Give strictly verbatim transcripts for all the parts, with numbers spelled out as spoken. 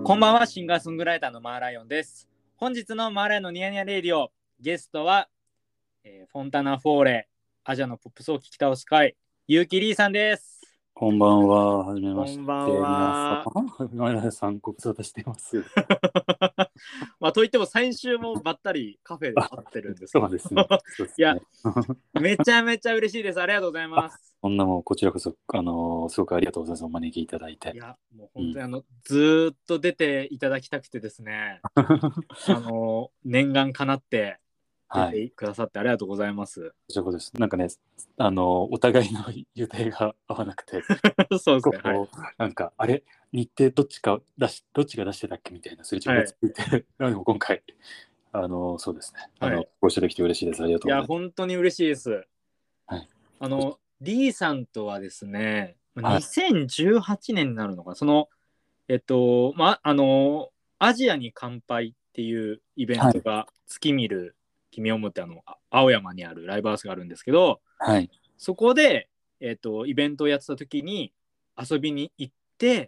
こんばんは、シンガーソングライターのマーライオンです。本日のマーライオンのニヤニヤレイディオ、ゲストは、えーフォンタナフォーレ、アジアのポップスを聞き倒す会、ユーキリーさんです。 こんばんは。はじめこまして。 んばんは。 皆さん、さんご無沙汰しています。 まあ、といっても先週もばったりカフェで会ってるんですけど。 そうですね。そうですね。 いや、めちゃめちゃ嬉しいです。ありがとうございます。 こんなもん、こちらこそ、あのーすごくありがとうございます。お招きいただいて。 いや、もう本当にあの、うん、ずーっと出ていただきたくてですね、あの、念願かなって出はい。 てくださってありがとうございます。 こちらこそです。なんかね、あのーお互いの予定が合わなくて、 そうですね。はい。 こうなんか、あれ、日程どっちか出し、どっちが出してたっけみたいな、すれ違いがついて、はい、なので今回、あのーそうですね。あの、はい、ご一緒できて嬉しいです。ありがとうございます。 いや、本当に嬉しいです。 はい。 あの、リーさんとはですね、 はい、 にせんじゅうはちねんになるのかな、その、えっと、まあ、あの、アジアに乾杯っていうイベントが、月見る君を思ってあの、青山にあるライブハウスがあるんですけど、 はい、 そこで、えっと、イベントをやってた時に遊びに行って、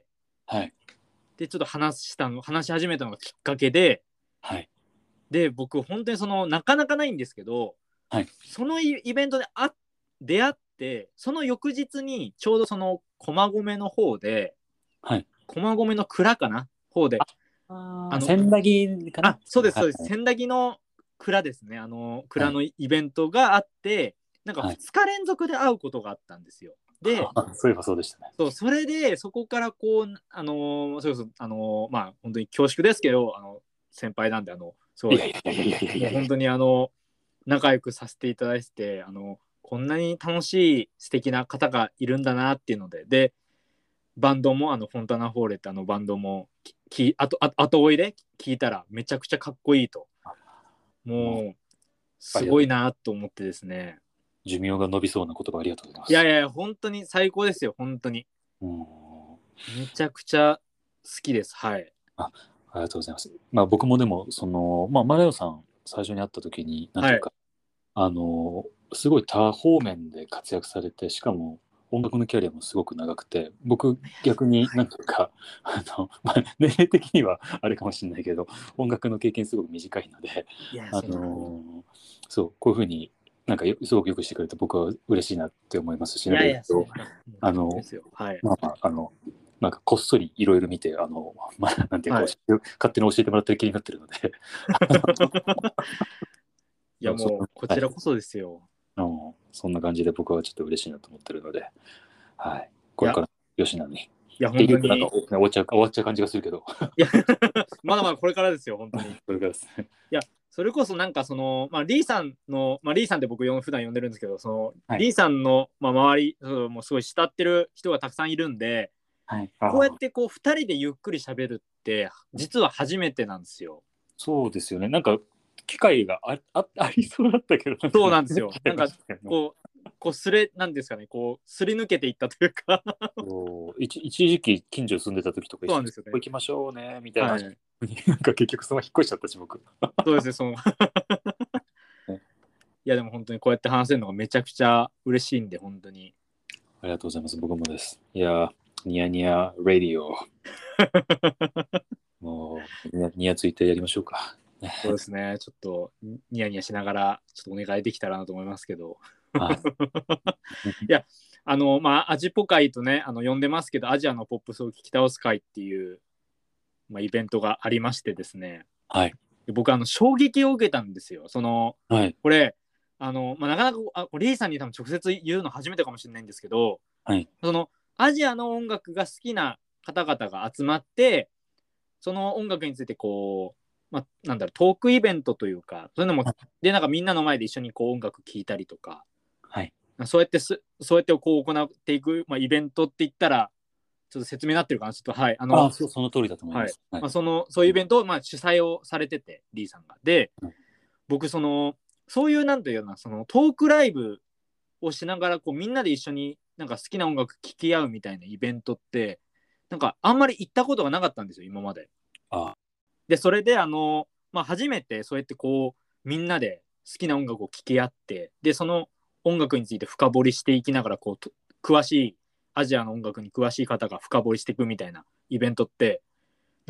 はい、 で、ちょっと話したの、話し始めたのがきっかけで、 はい、 で、僕、本当にその、なかなかないんですけど、 はい、 そのイベントであ出会って、その翌日にちょうどその駒込の方で、 はい、 駒込の蔵かな方で、 ああの千駄木かな。 あ、そうです、そうです、 はい、 千駄木の蔵ですね。あの蔵のはい、 イベントがあって、なんかはい、 ふつか連続で会うことがあったんですよ。で、 そういえばそうでしたね。 そう、それでそこからこう、あのー、そうそう、あのー、まあ本当に恐縮ですけど、あの先輩なんで、あのすごい、 いやいやいやいやいやいやいや、 もう本当にあの仲良くさせていただいて、あのこんなに楽しい素敵な方がいるんだなっていうので、でバンドもあのフォンタナフォーレってあのバンドもきあとあ後追いで聞いたらめちゃくちゃかっこいいと、もうすごいなと思ってですね。 寿命が伸びそうな言葉ありがとうございます。 いやいや本当に最高ですよ、本当に。 うん、 めちゃくちゃ好きです。はい。 あ、ありがとうございます。まあ僕もでもそのまあマレオさん最初に会った時になんていうか、はい、あのすごい多方面で活躍されて、しかも音楽のキャリアもすごく長くて、僕逆になんというか、はい、あの、まあ、年齢的にはあれかもしれないけど音楽の経験すごく短いので、あのそうこういうふうになんかすごくよくしてくれて僕は嬉しいなって思いますし、 いやいやそうあのまあまああのなんかこっそりいろいろ見て、あのまあなんていうか、はい、勝手に教えてもらってる気になってるのでいやもうこちらこそですよ。 はい、そんな感じで僕はちょっと嬉しいなと思ってるので、はい、これから吉野に。 いや本当になんか終わっちゃう終わっちゃう感じがするけどいやまだまだこれからですよ本当に。 これからですね。 いやそれこそなんかその、まあ、リーさんの、まあ、リーさんって僕普段呼んでるんですけど、その、はい、リーさんの、まあ、周りもうすごい慕ってる人がたくさんいるんで、はい、こうやってこうふたりでゆっくり喋るって実は初めてなんですよ。 そうですよね。なんか機会が あ, あ, ありそうだったけど、 そうなんですよ。なんかこうこうすれなんですかね、こうすり抜けていったというか一一時期近所住んでた時とか一緒に行きましょうねみたいな、はい、なんか結局その引っ越しちゃったし僕。 そうですね、そのいやでも本当にこうやって話せるのがめちゃくちゃ嬉しいんで、本当にありがとうございます。僕もです。いやニヤニヤラディオもうニヤニヤついてやりましょうか。 そうですね、ちょっとニヤニヤしながらちょっとお願いできたらなと思いますけどいやあのまあアジポ会とね、あの呼んでますけど、アジアのポップスを聞き倒す会っていう、まあ、イベントがありましてですね、 はい、 で僕あの衝撃を受けたんですよ。その、はい、これあの、まあ、なかなかあリーさんに多分直接言うの初めてかもしれないんですけど、はい、そのアジアの音楽が好きな方々が集まって、その音楽についてこう、まあ、なんだろうトークイベントというか、そういうのもでなんかみんなの前で一緒にこう音楽聴いたりとか、はい、そうやってすそうやってこう行っていく、まあ、イベントって言ったらちょっと説明になってるかな、ちょっとはいあのあそ, その通りだと思います。 はい、まあ、そのそういうイベントをまあ主催をされてて、リーさんがで、うん、僕そのそういうなんていうようなそのトークライブをしながらこうみんなで一緒になんか好きな音楽聴き合うみたいなイベントってなんかあんまり行ったことがなかったんですよ今まで。あでそれであの、まあ、初めてそうやってこうみんなで好きな音楽を聴き合って、でその音楽について深掘りしていきながらこう詳しいアジアの音楽に詳しい方が深掘りしていくみたいなイベントってなんか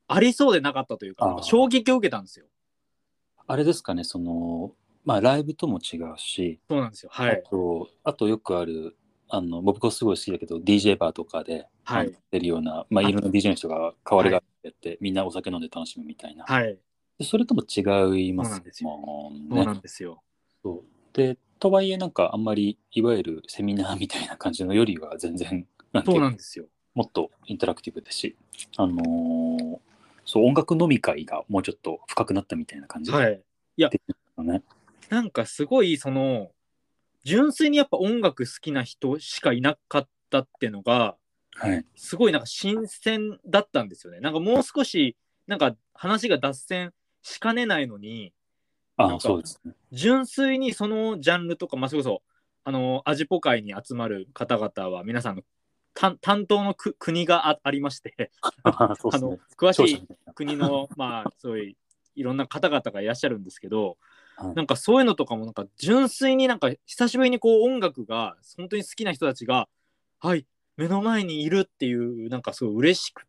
ありそうでなかったというか、なんか衝撃を受けたんですよ。 あれですかね、その、まあ、ライブとも違うし、 そうなんですよ。はい。 あと、あとよくある、あの、僕はすごい好きだけど、ディージェー バーとかで、 はい。 あの出るような、まあ、いろんな ディージェー の人が代わりがやって、みんなお酒飲んで楽しむみたいな。 はい。 でそれとも違いまそうなすんですよ。 もんね。 そうなんですよ。 そうで、とはいえ、なんかあんまり、いわゆるセミナーみたいな感じのよりは、全然、なんてそういうか、 なんですよ。 もっとインタラクティブですし、あのーそう、音楽飲み会がもうちょっと深くなったみたいな感じはい。いや、 で、ね、 なんかすごい、その、純粋にやっぱ音楽好きな人しかいなかったっていうのが、 はい。 すごいなんか新鮮だったんですよね。なんかもう少し、なんか話が脱線しかねないのに、なああ、 んかそうですね。 純粋にそのジャンルとか、まあ、それこそ、あの、アジポ会に集まる方々は皆さんの担当の国が あ, ありましてそうあのですね。 詳しい勝者みたいな。 国の、まあ、そういういろんな方々がいらっしゃるんですけど、 はい、 なんかそういうのとかもなんか純粋になんか久しぶりにこう音楽が本当に好きな人たちがはい目の前にいるっていうなんかすごい嬉しくって。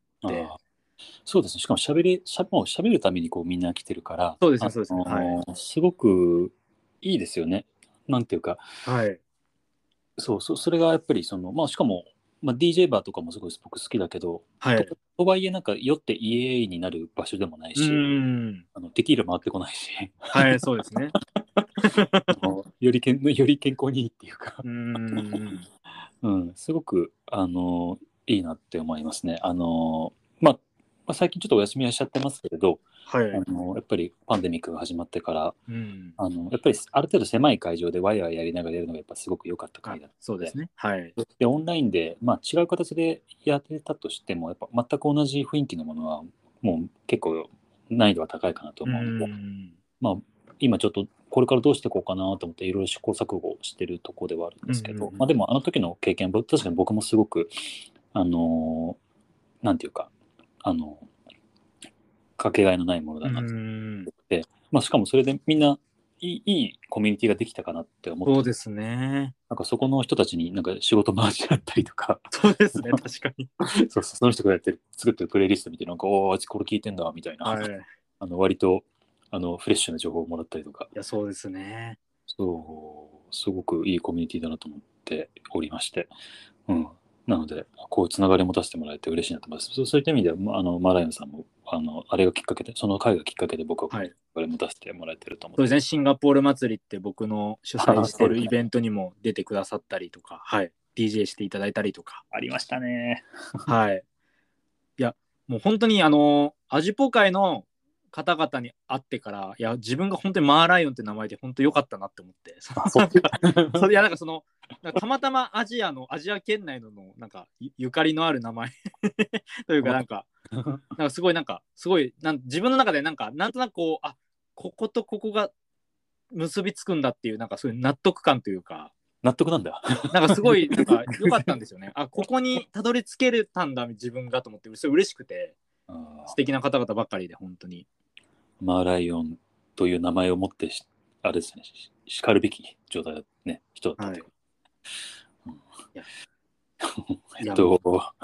あそうですね。しかも喋り、しゃもう喋るためにこうみんな来てるから、 そうですねあそうですねはいのーすごくいいですよね。なんていうか、 はいそうそう、それがやっぱりその、まあしかも、まあ、ディージェー バーとかもすごい僕好きだけど、と、 はいとはいえなんか酔ってイエーイになる場所でもないうーし、 んあのテキーラ回ってこないし、 はいそうですねあのよりけんより健康にいいっていうか、 うーんうん、すごく、あのいいなって思いますね。あのまあ、まあ、最近ちょっとお休みはしちゃってますけれど、 はいあのやっぱりパンデミックが始まってから、 うんあのやっぱりある程度狭い会場でワイワイやりながらやるのがやっぱすごく良かったあ回だったので、 そうですねはいでオンラインで、まあ、違う形でやってたとしても、やっぱ全く同じ雰囲気のものは、もう結構難易度は高いかなとうー思うので、 んまあ、今ちょっとこれからどうしていこうかなと思っていろいろ試行錯誤してるところではあるんですけど、 うんうんうんまあ、でもあの時の経験、確かに僕もすごく、あのなんていうか、あのかけがえのないものうーだなとん思って、まあ、しかもそれでみんないい、いいコミュニティができたかなって思ってる。 そうですねなんかそこの人たちになんか仕事回し合ったりとか、 そうですね確かにそうそう、その人がやってる、作ってるプレイリスト見て、なんか、おー、あいつこれ聞いてんだ、みたいな、 はいいあの、割と、あの、フレッシュな情報をもらったりとか、 やそうですねそう、すごくいいコミュニティだなと思っておりまして、うん。なので、こう、つながりを持たせてもらえて嬉しいなと思います。そうそういった意味では、まあの、マーライオンさんも、あの、あれがきっかけで、その会がきっかけで僕はこのつはいながりを持たせてもらえてると思って。 そうですね、シンガポール祭りって僕の主催あしてるそうですね。 イベントにも出てくださったりとか、はい、ディージェー していただいたりとか、 ありましたね。 はい。いや、もう本当にあの、アジポ界の方々に会ってから、いや、自分が本当にマーライオンって名前で本当良かったなって思って、 あ、そう。 それいや、なんかその、なんかたまたまアジアの、アジア圏内のの、なんかゆゆかりのある名前というか、なんか、なんかすごいなんか、すごいなん自分の中でなんか、なんとなくこう、あこことここが結びつくんだっていう、なんかそういう納得感というか、 納得なんだ。 なんかすごい、なんか良かったんですよね。あ、ここにたどり着けれたんだ、自分がと思って、それ嬉しくて、素敵な方々ばっかりで、本当に。 マーライオンという名前を持ってし、あれですね、ししかるべき状態だね、人だったという。 はい。 うん、 いや、 えっと、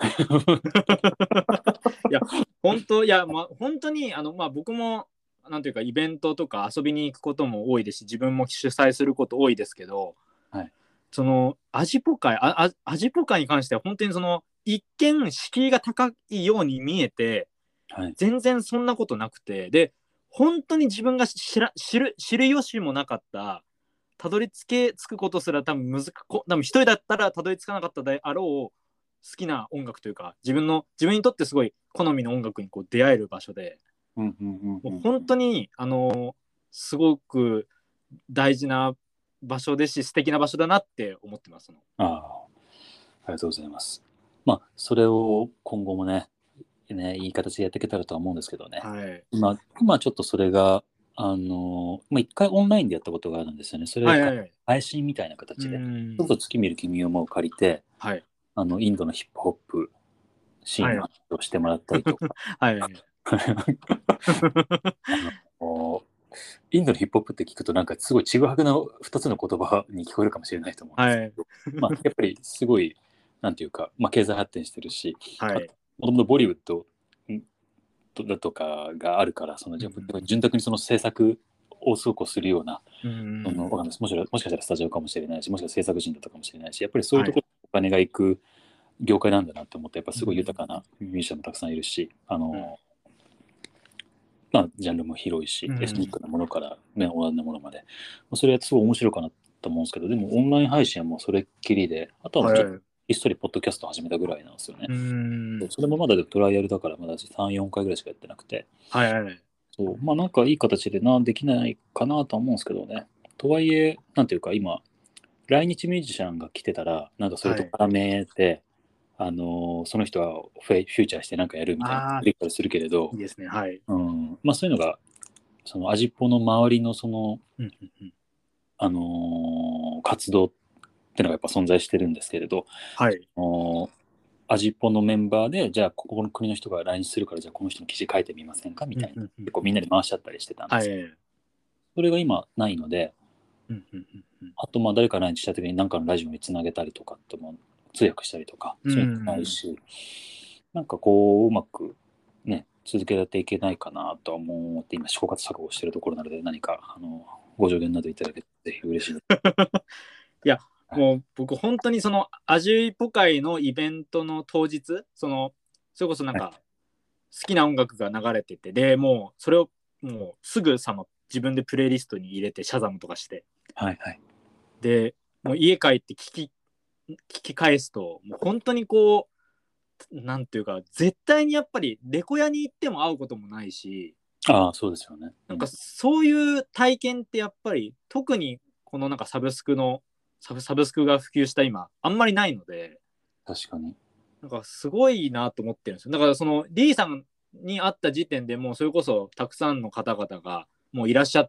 いや、本当、いや、まあ、本当に、あの、まあ、僕も、なんていうか、イベントとか遊びに行くことも多いですし、自分も主催すること多いですけど、 はい、 その、アジポ会、ああアジポ会に関しては、本当にその、一見、敷居が高いように見えて、 はい、 全然そんなことなくて、で、本当に自分が知ら知る知る由もなかった、たどり着けつくことすら多分難こ多分一人だったらたどり着かなかったであろう好きな音楽というか、自分の自分にとってすごい好みの音楽にこう出会える場所で、 うんうんうんうん、 もう本当にあのすごく大事な場所ですし、素敵な場所だなって思ってます。 ああ、ありがとうございます。まあ、それを今後もね、ね、いい形でやっていけたらとは思うんですけどね。 はい。 今、今ちょっとそれが、あの、まあ、一回オンラインでやったことがあるんですよね。それがはいはいはい。 配信みたいなう形で、ちょっん。 と月見る君をもう借りて、 はい。 あの、インドのヒップホップシーンはい。 の話をしてもらったりとか、 はいはい。 あの、インドのヒップホップって聞くとなんかすごいちぐはぐなふたつの言葉に聞こえるかもしれないと思うんですはい。 けど、まあ、やっぱりすごい、なんていうか、まあ、経済発展してるし、 はい。 もともとボリウッドだとかがあるから、そのうんうん、 潤沢にその制作をすごくするような、 うん、 そのわかんないです、もしもしかしたらスタジオかもしれないし、もしかしたら制作人だったかもしれないし、やっぱりそういうはい。 ところにお金が行く業界なんだなって思って、やっぱすごいうん、 豊かなミュージシャンもたくさんいるし、あうん、 の、まあ、ジャンルも広いし、エスニッうん、 クなものから、ね、オランダなものまで、それはすごい面白いかなと思うんですけど、でもオンライン配信はもうそれっきりで、あとはもうちょっとはい。 ひっそりポッドキャスト始めたぐらいなんですよね。 うん、 それもまだトライアルだから、まださん、よんかいぐらいしかやってなくて、 はいはい。 そう、まあなんかいい形でな、できないかなとは思うんですけどね。とはいえ、なんていうか今、来日ミュージシャンが来てたら、なんかそれはい。 と絡めて、あのーその人はフェフューチャーしてなんかやるみたいな、 ああ、 できたりするけれど、 いいですね。はい。 うん、まあそういうのが、そのアジポの周りのその、 うん、うん、うん、 あのー活動っていうのがやっぱ存在してるんですけれど、 はい。 おアジポのメンバーで、じゃあここの国の人が来日するから、じゃあこの人の記事書いてみませんかみうん、 たいな、 うん、うん、 結構みんなでうん、 回しちゃったりしてたんです。 はい。 それが今ないので、 うん、うん、うん、 あとまあ誰か来日した時に何かのラジオにつなげたりとかっても通訳したりとか、 うそういうのもないん。 し、なんかこう、うまくね、続けていけないかなとは思って今試行錯誤しているところなので、何かあのご助言などいただけてぜひ嬉しいです。 いや、 はい。 もう僕本当にそのアジュイポ会のイベントの当日、その、それこそなんはい。 か好きな音楽が流れてて、で、もうそれをもうすぐさま自分でプレイリストに入れてシャザムとかして、 はい。はい。 で、もう家帰って聞き、聞き返すと、もう本当にこう、なんていうか、絶対にやっぱりレコヤに行っても会うこともないし、 ああ、そうですよね。 なんかうん。 そういう体験ってやっぱり特にこのなんかサブスクのサブサブスクが普及した今あんまりないので、 確かに。 なんかすごいなと思ってるんですよ。だからその D さんに会った時点でもうそれこそたくさんの方々がもういらっしゃって、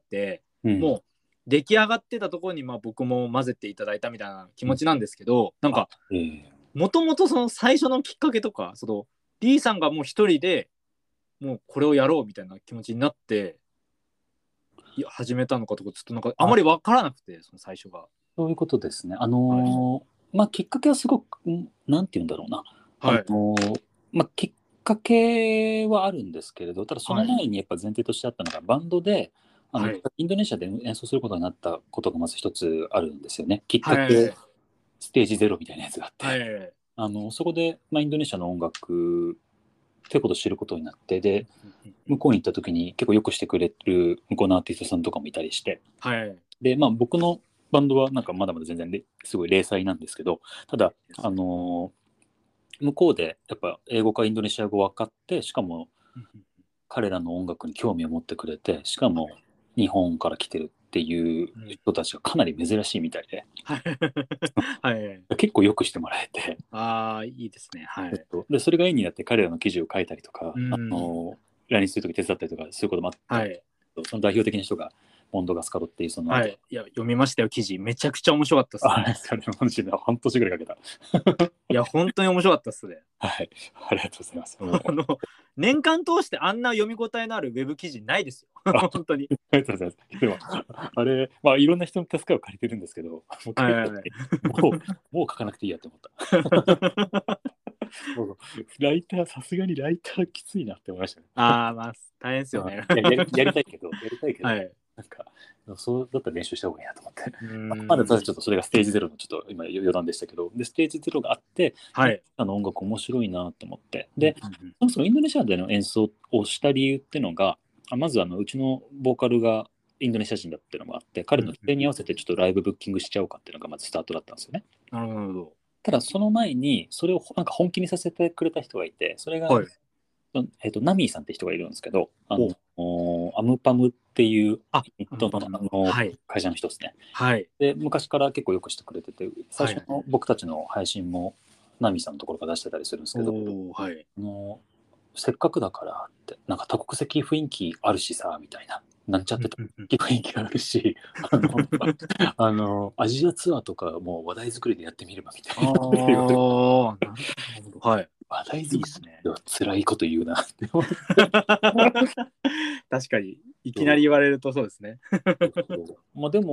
うん。 もう出来上がってたところにまあ僕も混ぜていただいたみたいな気うん。 持ちなんですけど、なんあ、 かええ、 もともとその最初のきっかけとか、その D さんがもう一人でもうこれをやろうみたいな気持ちになっていや始めたのかとかちょっとなんかああ、 まり分からなくて、その最初が。 そういうことですね。あはい。 のーまあ、きっかけはすごく、んなんて言うんだろうな。あのはい。 ーまあ、きっかけはあるんですけれど、ただそのはい。 前にやっぱ前提としてあったのが、バンドで、あの、 はい。 インドネシアで演奏することになったことがまず一つあるんですよね。きっかけ、 はい。 ステージゼロみたいなやつがあって、 はい。 あの、そこで、まあ、インドネシアの音楽ってことを知ることになって、で、向こうに行った時に結構よくしてくれる向こうのアーティストさんとかもいたりして、 はい。 で、まあ僕のバンドはなんかまだまだ全然すごい零細なんですけど、ただ、あのー向こうでやっぱ英語かインドネシア語分かって、しかも彼らの音楽に興味を持ってくれて、しかも日本から来てるっていう人たちがかなり珍しいみたいで、 はい。はい。 結構よくしてもらえて、 ああ、いいですね。はい。 で、それが縁になって彼らの記事を書いたりとか、 うあん。 の来日するとき手伝ったりとかすることもあったんですはい。 けど、その代表的な人がモンドガスカロっていうそのアーティスはい。いや、読みましたよ、記事。めちゃくちゃ面白かったっト、 すね。 あれですかね、マジで半年ぐらいかけた。 いや、本当に面白かったっすね。 はい、ありがとうございます。もう、 あの、年間通してあんな読み応えのあるウェブ記事ないですよ。 あ、 本当に。 ありがとうございます。でも、あれ、まあ、いろんな人の助けを借りてるんですけど、もうはい書いてはい。 もう、もう書かなくていいやって思った。もうライター、さすがにライターきついなって思いましたね。 ああ、まあ、大変ですようん、 ね。 いややり、やりたいけど、やりたいけど、 はい。 なんか、そうだったら練習した方がいいなと思って。 うあまだーん。 ただちょっとそれがステージゼロのちょっと今余談でしたけど、で、ステージゼロがあって、 はい。 あの音楽面白いなと思って。 うんで、 うんうん、 そもそもインドネシアでの演奏をした理由っていうのが、あまずあのうちのボーカルがインドネシア人だっていうのもあって、彼の規定に合わせてちょっとライブブッキングしちゃおうかっていうのがまずスタートだったんですよね。 なるほど。 ただその前に、それをなんか本気にさせてくれた人がいて、それが、 はい。 えっと、ナミーさんって人がいるんですけど、あお、 の、アムパムっていうユあ、 ニットの、 アンパンの。 あのはい。 会社の人ですね。 はい。 で、昔から結構よくしてくれてて、最はい。 初の僕たちの配信もナミーさんのところから出してたりするんですけど、 おお、はい。 あのせっかくだからって、なんか多国籍雰囲気あるしさ、みたいな。なんちゃって多国籍雰囲気あるし、あの、あの、アジアツアーとかも話題作りでやってみればみたいなって言われて。 ああ、なるほど。はい。 話題作いいですね。 りでは辛いこと言うなって思って。 確かに、いきなり言われるとそうですね。 そうそう、まあでも、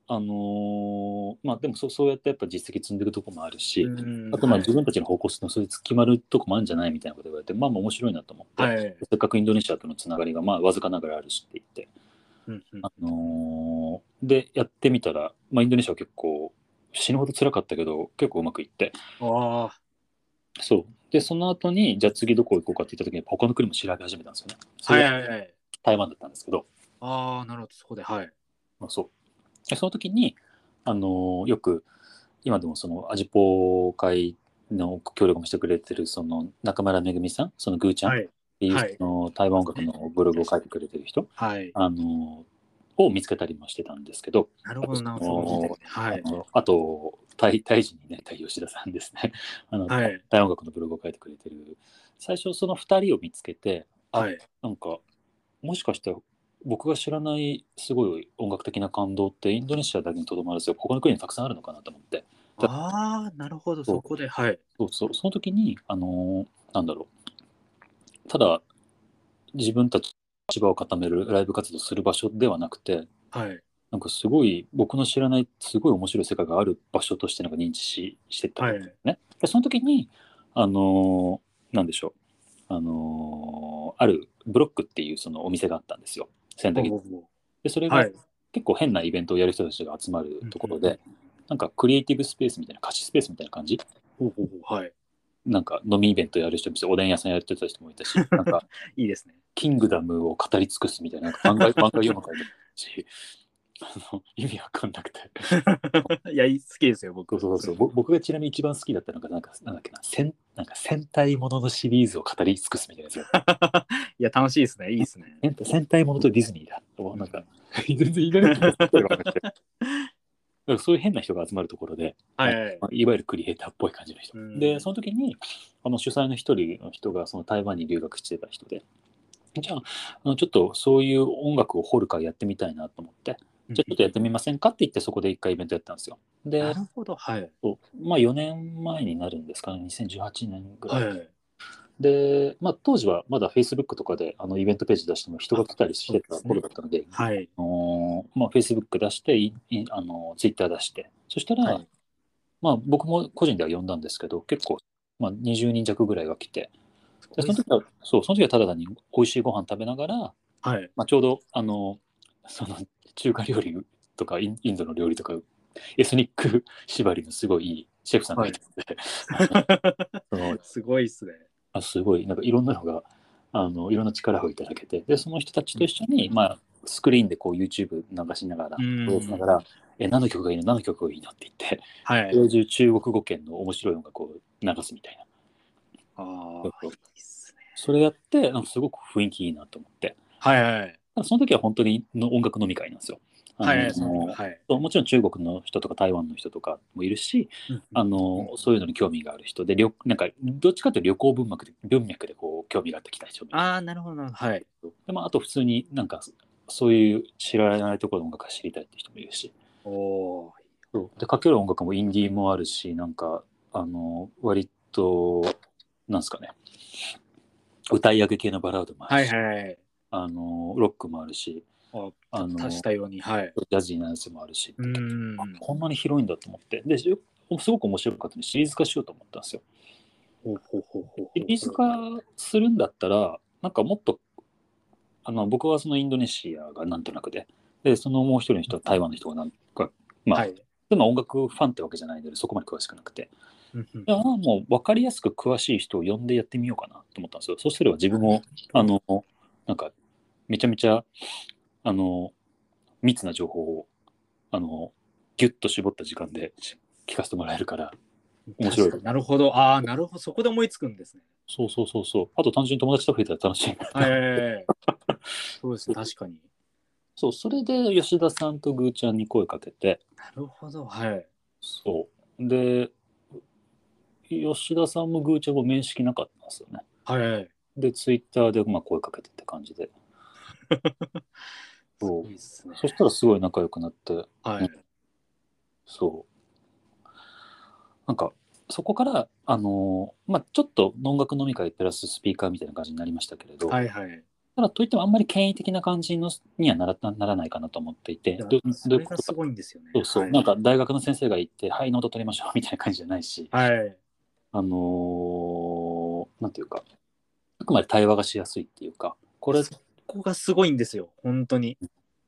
あのーまあでもそそうやってやっぱ実績積んでるとこもあるし、 うんあとまあはい自分たちの方向性のそれで決まるとこもあるんじゃないみたいなこと言われて、まあまあ面白いなと思って、 はい。 せっかくインドネシアとのつながりがまあわずかながらあるしって言って、 うんうんあのーでやってみたら、まあ、インドネシアは結構死ぬほど辛かったけど結構うまくいって、 ああ、 そうでその後にじゃあ次どこ行こうかって言った時に他の国も調べ始めたんですよね。そはいれがはいはい。 台湾だったんですけど、 ああ、なるほど、そこで、はい。 まあ、そうでその時に、あのーよく今でもそのアジポ会の協力もしてくれてるその中村めぐみさん、そのグーちゃんっはい。 ていうはい。 その台湾音楽のブログを書いてくれてる人、 はい。 あのを見つけたりもしてたんですけど、 なるほどな、 あとそその時点ので。はい。 あのあとタイタイ人にね、タイ吉田さんですね。あのはい。 台湾音楽のブログを書いてくれてる。最初そのふたりを見つけて、あ、 はい。 なんかもしかしたら僕が知らないすごい音楽的な感動ってインドネシアだけにとどまらず他の国にたくさんあるのかなと思って。 ああ、なるほど、 そうそこで、はい。 そうそう、その時に、あのーなんだろう、ただ自分たちの立場を固めるライブ活動する場所ではなくて、 はい。 なんかすごい僕の知らないすごい面白い世界がある場所としてなんか認知ししてったんはい。 ですね。でその時に、あのーなんでしょう、あのーあるブロックっていうそのお店があったんですよ、仙台に。 ほうほうほう。 で、それがはい。 結構変なイベントをやる人たちが集まるうんところで、 うんうん。 なんかクリエイティブスペースみたいな、貸しスペースみたいな感じ。 ほうほうほう。はい。 なんか飲みイベントやる人もいて、おでん屋さんやってた人もいたし、なんかいいですね。 キングダムを語り尽くすみたいな、なんか漫画漫画読む会とかし、あの意味わかんなくて。 いや、いい好きですよ、僕。 そうそうそう。ぼ僕がちなみに一番好きだったのが、なんか、なんだっけな、戦なんか戦隊もののシリーズを語り尽くすみたいなやつが。 いや、楽しいですね。いいですね。 戦戦隊ものとディズニーだ。なんか、 うん。 全然言いられないことが分かって。だからそういう変な人が集まるところで、あはいはい。 まあいわゆるクリエイターっぽい感じの人。 うで、 ん。 その時に、あの主催の一人の人がその台湾に留学してた人で、じゃあ、あのちょっとそういう音楽を掘る会やってみたいなと思って、じゃあちょっとやってみませんかって言って、そこで一回イベントやったんですよ。で、 なるほど。はい。 そうまあよねんまえになるんですかね、にせんじゅうはちねんぐらい。 はい。 で、まあ当時はまだ Facebook とかであのイベントページ出しても人があ、 来たりしそうてたですね。 頃だったので、 はい。 あのまあ、Facebook 出して、いいあの Twitter 出して、そしたら、 はい。 まあ僕も個人では呼んだんですけど、結構、まあ、にじゅうにん弱ぐらいが来て、で、 すごいですね。 その時は、そう、その時はただ単に美味しいご飯食べながら、 はい。 まあ、ちょうど、あの、その中華料理とかインインドの料理とか、エスニック縛りのすごいいいシェフさんがはい。 いたので、あの、そのすごいっすね。 あすごい、なんかいろんなのが、あの、いろんな力をいただけて、で、その人たちと一緒に、まあ、スクリーンでこう YouTube 流しながうら、動しながん。 ら、え、何の曲がいいの何の曲がいいのって言って、 はい。 それ中中国語圏の面白い音楽を流すみたいな。 ああ、いいっすね。 それやって、なんかすごく雰囲気いいなと思って。 はいはい。 その時は本当にの音楽飲み会なんですよ。あのはいはい、その時は。はい。 もちろん中国の人とか台湾の人とかもいるし、 うんうんあうん。 のそういうのに興味がある人で、旅なんかどっちかというと旅行文脈で文脈でこう興味があってきた人もいる。 ああ、なるほどなるほど。はい。 で、まあ、あと普通になんかそういう知らないところの音楽が知りたいって人もいるし。 おお。 そうでかける音楽もインディーもあるし、なんかあの割となんですかね、歌い上げ系のバラードもあるはいし、 はい。 あのロックもあるし、 あ、 あた足しのたように。はい。 ジャズィーなやつもあるしっうて、あん。 こんなに広いんだと思って、で、すごく面白かったのでシリーズ化しようと思ったんですよ。 ほうほうほうほうほうシリーズ化するんだったら、なんかもっと、あの僕はそのインドネシアがなんとなくで、で、そのもう一人の人は台湾の人がなんか、まあ、 はい。 でも音楽ファンってわけじゃないので、そこまで詳しくなくて、 うんうんいやもう分かりやすく詳しい人を呼んでやってみようかなと思ったんですよ。そうすれば自分も、あの、なんか、めちゃめちゃ、あの、密な情報を、あの、ギュッと絞った時間で聞かせてもらえるから、面白い。 確かになるほど。ああ、なるほど。そこで思いつくんですね。 そうそうそうそう。あと単純に友達と増えたら楽しいな。 はい。そうですね。確かに。 そう、それで吉田さんとぐーちゃんに声かけて、 なるほど。はい。 そう。で、吉田さんもぐーちゃんも面識なかったんですよね。 はい。 で、ツイッターでまあ声かけてって感じで。 すそう。 ごいっすね。 そしたらすごい仲良くなって、うん、 はい。 そう。なんか、そこから、あのーまあ、ちょっと音楽飲み会プラススピーカーみたいな感じになりましたけれど、 はいはい。 ただといってもあんまり権威的な感じのにはならならないかなと思っていて、どそどういうことか。 れがすごいんですよね。 そうそう、 はい。 なんか大学の先生が言って、はい、ノート取りましょうみたいな感じじゃないし、 はい。 あのーなんていうか、あくまで対話がしやすいっていうか、これ、 そこがすごいんですよ。本当に。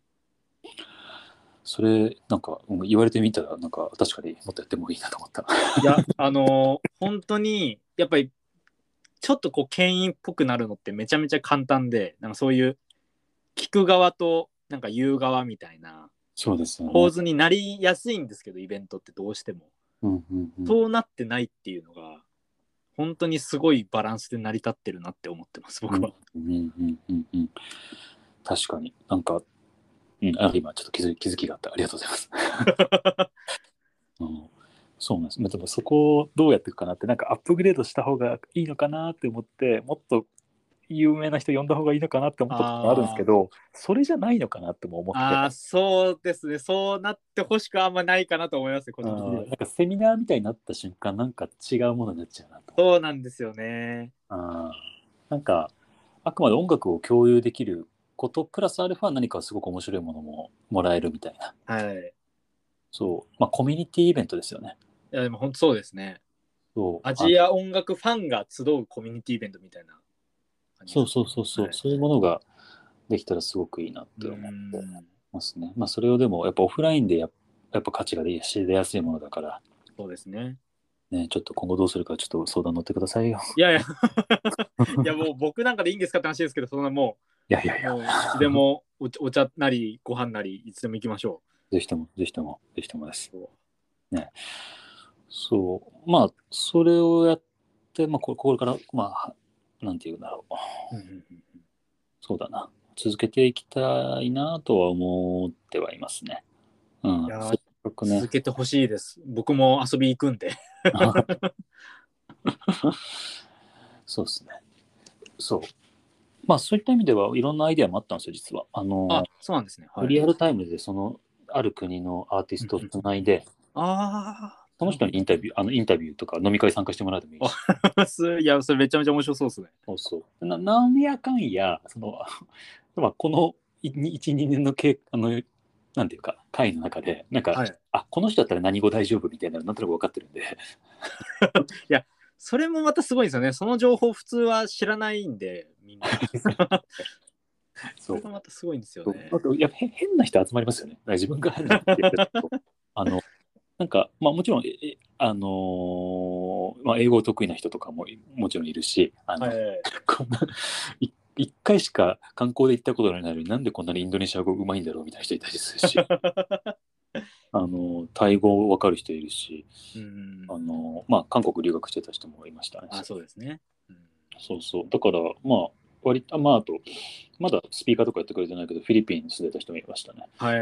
それ、なんか、言われてみたら、なんか、確かにもっとやってもいいなと思った。 いや、あのー本当に、やっぱり、ちょっとこう、権威っぽくなるのってめちゃめちゃ簡単で、なんかそういう、聞く側と、なんか言う側みたいなそうですよね。 構図になりやすいんですけど、イベントってどうしても。 うんうんうん。 そうなってないっていうのが、本当にすごいバランスで成り立ってるなって思ってます、 うん僕は。 うんうんうんうん。確かに。なんか、うん、あ今ちょっと気づ気づきがあった。ありがとうございます。うん、そうなんです。でもそこをどうやっていくかなって、なんかアップグレードした方がいいのかなって思って、もっと有名な人呼んだ方がいいのかなって思ったこともあるんですけあど、それじゃないのかなっても思って、 あ、そうですね。そうなってほしくあんまないかなと思いますね、個うん、 人的には。 なんかセミナーみたいになった瞬間、なんか違うものになっちゃうなと。 そうなんですよね。 うん、なんか、あくまで音楽を共有できること、プラスアルファ何かすごく面白いものももらえるみたいな。 はい。 そう。まあ、コミュニティイベントですよね。 いや、でも本当そうですね。 そう。あ、 アジア音楽ファンが集うコミュニティイベントみたいな感じでそうす。 そうそうそう。 はい。 そういうものができたらすごくいいなっうーて思ってん。 ますね。まあ、それをでも、やっぱオフラインでややっぱ価値が出出やすいものだから、 そうですね。 ね、ちょっと今後どうするかちょっと相談乗ってくださいよ。 いやいやいやもう僕なんかでいいんですかって話ですけど、そんなもう、 いやいやいや。 もういつでもおお茶なりご飯なりいつでも行きましょぜひとも、ぜひとも、ぜひともです。 う。 ね。そう。まあ、それをやって、まあ、ここれから、まあ、なんていうんだろう。 うんうんうんうん。 そうだな。続けていきたいなとは思ってはいますね。うん。 いやー、 せっかくね。 続けてほしいです。僕も遊び行くんで。 そうですね。そう。まあ、そういった意味ではいろんなアイデアもあったんですよ、実は。あの、 あ、そうなんですね。はい。 リアルタイムでその、ある国のアーティストをつないで、 ああ、 その人にインタビュー、あの、インタビューとか飲み会参加してもらうでもいいし。 あすいや、それめちゃめちゃ面白そうですね。 そうそう。な、なんやかんや、その、まあ、このいいち、にねんのけ、あの、なんていうか、会の中で、なんか、 はい。 あ、この人だったら何語大丈夫みたいなのなんとなく分かってるんで、 いや、それもまたすごいんですよね。その情報普通は知らないんで、みんな。そそう。 れがまたすごいんですよね。 そうあと、やっぱ変変な人集まりますよね。だから自分が変なって言ってると、あの、なんか、まあもちろん、えあのーまあ、英語得意な人とかももちろんいるし、あの、 はい。 こんない一回しか観光で行ったことがないのになんでこんなにインドネシア語うまいんだろうみたいな人いたりするし、あの、タイ語わかる人いるし、 うん。 あの、まあ韓国留学してた人もいましたね。 あ、そうですね。うん、 そうそう。だから、まあ、割と、まあ、あと、まだスピーカーとかやってくれてないけど、フィリピンに住んでた人もいましたね。 はい。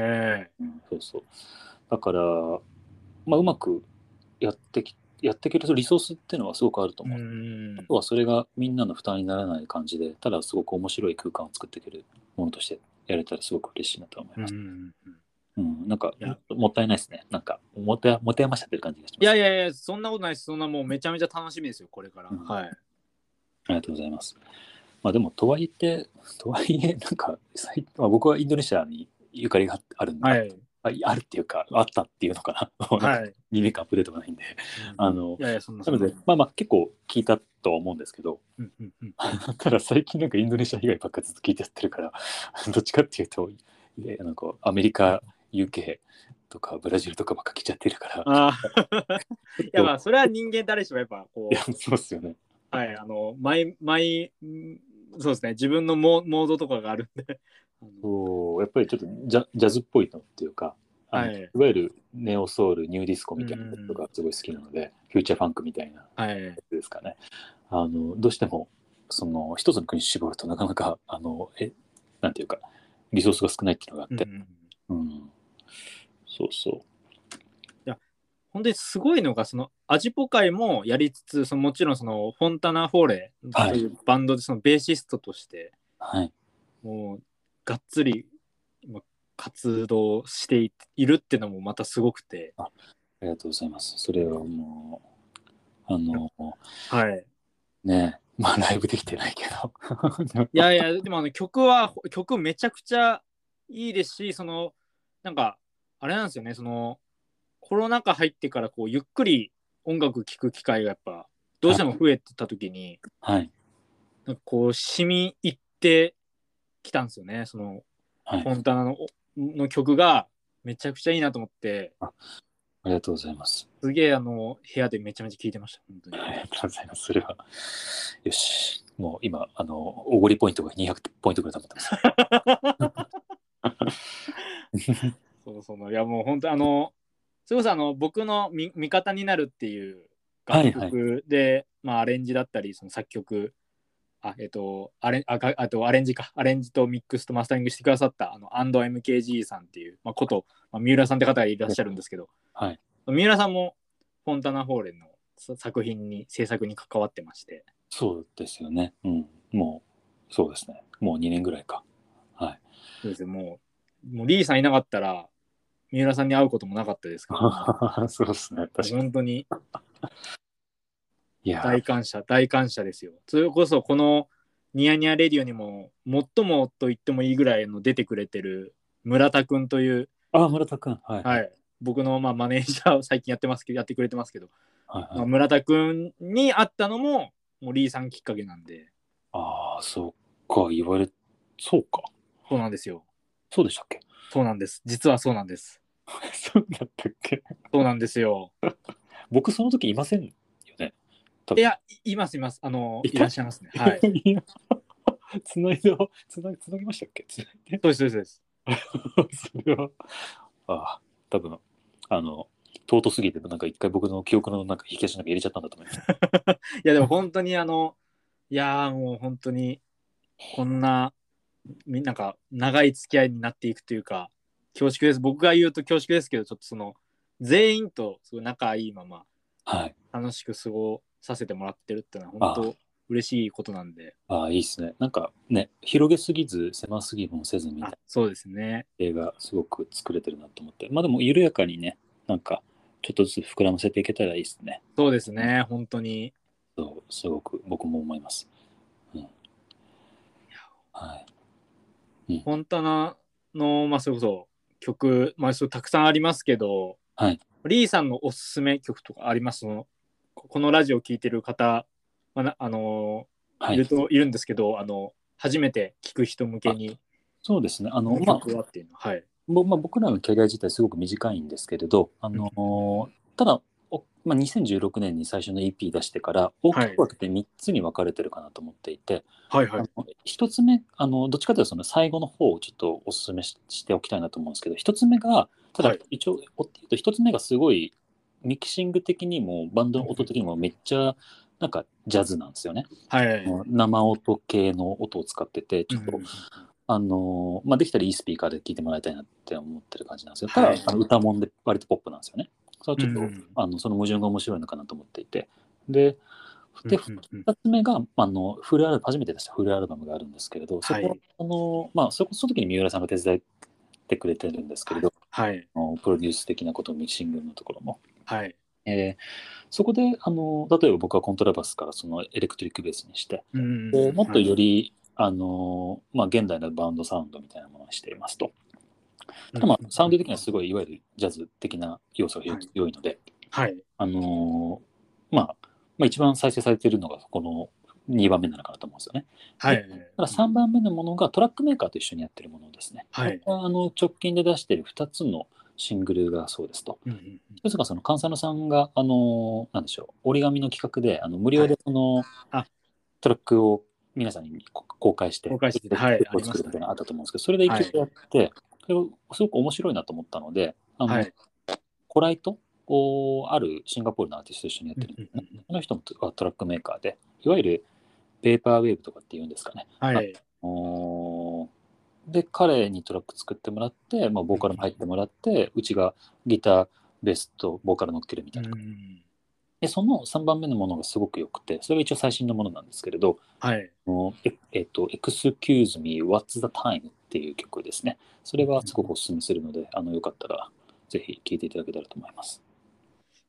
うん、そうそう。だから、まあ、うまくやってき、やっていけるリソースっていうのはすごくあるとう思う。あん。 とはそれがみんなの負担にならない感じで、ただすごく面白い空間を作っていけるものとしてやれたらすごく嬉しいなと思いうます。 ん。 うん、なんかいや、 もったいないですね。なんかもて、もて余しちゃってる感じがしいます。 やいやいや、そんなことないです。そんなもうめちゃめちゃ楽しみですよ、これから。 うん、 はい。 ありがとうございます。まあでも、とはいえ、とはいえ、なんか、最まあ、僕はインドネシアにゆかりがあるんだ。 はい。 ああるっていうか、あったっていうのかな。もうなんか、 はい。 にねんかんアップデートがないんで。 うん、 あの、 いやいや、そんなそんな。 なので、まあまあ、結構聞いたとは思うんですけど、 うんうんうん、 ただ最近なんかインドネシア以外ばっかずっと聞いてやってるから、どっちかっていうと、いやなんかアメリカ、ユーケー とかブラジルとかばっか聞いちゃってるから、 ああ。 ちょっいや、 と、 まあ、それは人間誰しもやっぱ、 いや、 こそうっすよね。 う、はい、あの、マイ、マイ、そうですね、自分のモモードとかがあるんで、あのそう、やっぱりちょっとジャジャズっぽいのっていうか、あの、いはい。 わゆるネオソウル、ニューディスコうみたいなことん。 がすごい好きなので、フューチャーファンクみたいなやはい。 つですかね。あの、どうしても、その、一つの国に絞るとなかなか、あの、え、なんていうか、リソースが少ないっていうのがあって、 うん。いうん、そうそや、本当にすごいのが、その、アジポ会もやりつつ、そのもちろん、その、フォンタナ・フォーレう。はい。 というバンドで、その、ベーシストとして、 はい。 もう、がっつり、今活動しているっていうのもまたすごくて、 あ、ありがとうございます。それはもう、あの、 はい。 ね、 まあライブできてないけどいやいや、でもあの曲は曲めちゃくちゃいいですし、そのなんかあれなんですよね、そのコロナ禍入ってからこうゆっくり音楽聴く機会がやっぱどうしても増えてた時に、 はい、 なんかこう染み入ってきたんですよね。その、はい、フォンタナのの曲がめちゃくちゃいいなと思って。 あ、ありがとうございます。 すげえあの部屋でめちゃめちゃ聴いてました。本当に。 ありがとうございます。それはよし。もう今あのおごりポイントがにひゃくポイントぐらい貯まってます。 そうそう、いやもう本当あのそれこそあの僕の味味方になるっていう楽曲で、はいはい、まあアレンジだったりその作曲あえっ、ー、とアレンああとアレンジかアレンジとミックスとマスタリングしてくださったあの アンドエムケージー さんっていう、まあ、こと、まあ、三浦さんって方がいらっしゃるんですけど、 はい、 三浦さんもフォンタナホーレンの作品に制作に関わってまして。 そうですよね。うん、もうそうですね。もうにねんぐらいか。はい。 そうですね。もうもうリーさんいなかったら三浦さんに会うこともなかったですけど。 そうですね。確かに。 本当に。 いや大感謝大感謝ですよ。それこそこのニヤニヤレディオにも最もと言ってもいいぐらいの出てくれてる村田くんという、 あ村田くん、はい、 はい、僕のまあマネージャーを最近やってますけどやってくれてますけど、 はいはい、 まあ、村田くんに会ったのももうリーさんきっかけなんで。 ああそっか言われそうかそうなんですよ。 そうでしたっけ。 そうなんです。実はそうなんです。 そうだったっけ。 そうなんですよ。 僕その時いませんよね。 いやいますいます。あのいらっしゃいますね。はい。 つないでつなつなぎましたっけ。つないで。 そうですそうです。 それはああ多分あの尊すぎてなんか一回僕の記憶のなんか引き出しなんか入れちゃったんだと思います。 いやでも本当にあのいやもう本当にこんなみんなか長い付き合いになっていくというか恐縮です。僕が言うと恐縮ですけど、ちょっとその全員とすごい仲いいまま楽しく過ごさせてもらってるっていうのは本当嬉しいことなんで。 ああいいですね。なんかね広げすぎず狭すぎもせずみたいな。 そうですね。 映画すごく作れてるなと思って、まあでも緩やかにねなんかちょっとずつ膨らませていけたらいいですね。 そうですね、本当に。 そうすごく僕も思います。うん、はい。 フォンタナの、まあ、それこそ曲、まあ、そたくさんありますけど、 はい、 リーさんのおすすめ曲とかあります？そのこのラジオを聴いてる方、まあ、あのいると、はい、いるんですけど、あの初めて聴く人向けに。 そうですね。あの、 まあ、曲はっていうのは、はい。 まあ、僕らのキャリア自体すごく短いんですけれど、あの、うん、ただ、まあ、にせんじゅうろくねんに最初の イーピー 出してから大きく分けてみっつに分かれてるかなと思っていて、 はいはい、 あのひとつめあのどっちかというとその最後の方をちょっとお勧め し, しておきたいなと思うんですけど、ひとつめがただ一応、はい、ひとつめがすごいミキシング的にもバンドの音的にもめっちゃなんかジャズなんですよね、 はいはい、 生音系の音を使っててちょっと、うん、あのまあ、できたらいいスピーカーで聴いてもらいたいなって思ってる感じなんですよ。ただ、はい、あの歌もんで割とポップなんですよね。それはちょっと、うん、あのその矛盾が面白いのかなと思っていて、ででふたつめがあのフルアル初めて出したフルアルバムがあるんですけれど、そこは、はい、あのまあ、そ, その時に三浦さんが手伝ってくれてるんですけれど、 はい、 プロデュース的なことミキシングのところも、 はい、 えー、そこであの例えば僕はコントラバスからそのエレクトリックベースにして、うん、でもっとより、はい、あのまあ、現代のバンドサウンドみたいなものにしていますと。ただまあサウンド的にはすごいいわゆるジャズ的な要素が強いので、 はい、 あのまあまあ、一番再生されているのがこのにばんめなのかなと思うんですよね。 はい、 たださんばんめのものがトラックメーカーと一緒にやってるものですね。 はい、 あの直近で出しているふたつのシングルがそうですと。うんうんうん、一つがその関西野さんがあのなんでしょう折り紙の企画であの無料でその、はい、あトラックを皆さんに公開して公開して、はい、 を作るみたいなのがあったと思うんですけど、それで一応やって、はい、それをすごく面白いなと思ったので、あの、はい、コライトあるシンガポールのアーティストと一緒にやってるんですね。この人もトラックメーカーで、いわゆるペーパーウェーブとかっていうんですかね。 はい、 で、彼にトラック作ってもらって、まあ、ボーカルも入ってもらって、うちがギター、ベースとボーカル乗っけるみたいな。で、そのさんばんめのものがすごく良くて、それが一応最新のものなんですけれど、 はい、 ええっと、Excuse Me, What's the Time っていう曲ですね。それはすごくお勧めするので、あのよかったらぜひ聴いていただけたらと思います。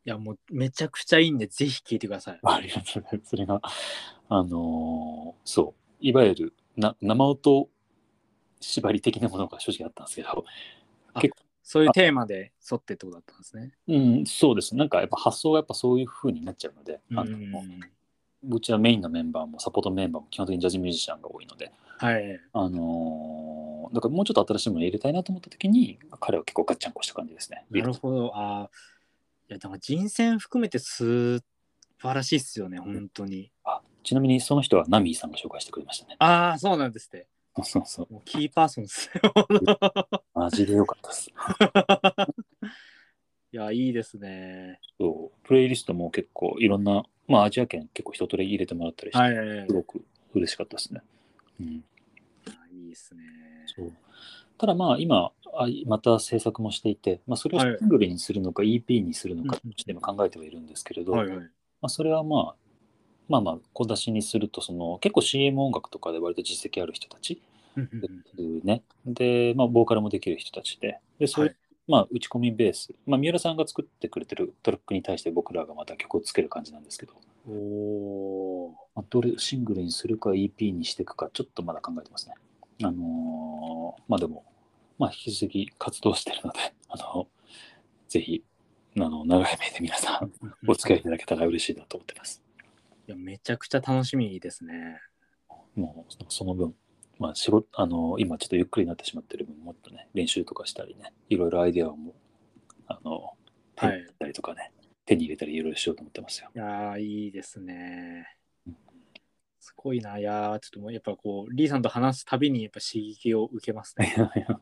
いや、もうめちゃくちゃいいんで、ぜひ聴いてください。 ありがとうございます。それが、あのーそう、いわゆるな生音縛り的なものが正直あったんですけど、 結構そういうテーマで沿ってってことだったんですね。 うん、そうです。なんかやっぱ発想がやっぱそういう風になっちゃうので、うん、あのうちはメインのメンバーもサポートメンバーも基本的にジャズミュージシャンが多いので、 はい、 あのー、だからもうちょっと新しいもの入れたいなと思った時に彼は結構ガッチャンコした感じですね。 なるほど。ああ、いや、だから人選含めて素晴らしいっすよね、本当に。 あ、ちなみにその人はナミーさんが紹介してくれましたね。 ああ、そうなんですって。 そうそう。 もうキーパーソンですよ。 マジでよかったです。 いや、いいですね。 そうプレイリストも結構いろんな、まあアジア圏結構一通り入れてもらったりして、はい、すごく嬉しかったですね。うん、いいいですね。 そうただまあ今あまた制作もしていて、まあ、それをシングルにするのか イーピー にするのかとして今考えてはいるんですけれど、はいはい、まあ、それはまあまあまあ小出しにするとその結構 シーエム 音楽とかで割と実績ある人たちね、で、まあ、ボーカルもできる人たちで、でそれ、はい、まあ、打ち込みベース、まあ、三浦さんが作ってくれてるトラックに対して僕らがまた曲をつける感じなんですけど、お、まあ、どれシングルにするか イーピー にしていくかちょっとまだ考えてますね。あのー、まあでも、まあ、引き続き活動してるので、あのぜひあの長い目で皆さんお付き合いいただけたら嬉しいなと思ってます。 いやめちゃくちゃ楽しみですね。 もうその分まあ、仕事あの今ちょっとゆっくりになってしまってる分もっとね練習とかしたりねいろいろアイデアをもあの手に入れたりとかね、はい、手に入れたりいろいろしようと思ってますよ。 いやいいですね。すごいな。いやちょっともうやっぱこうリーさんと話すたびにやっぱ刺激を受けますね。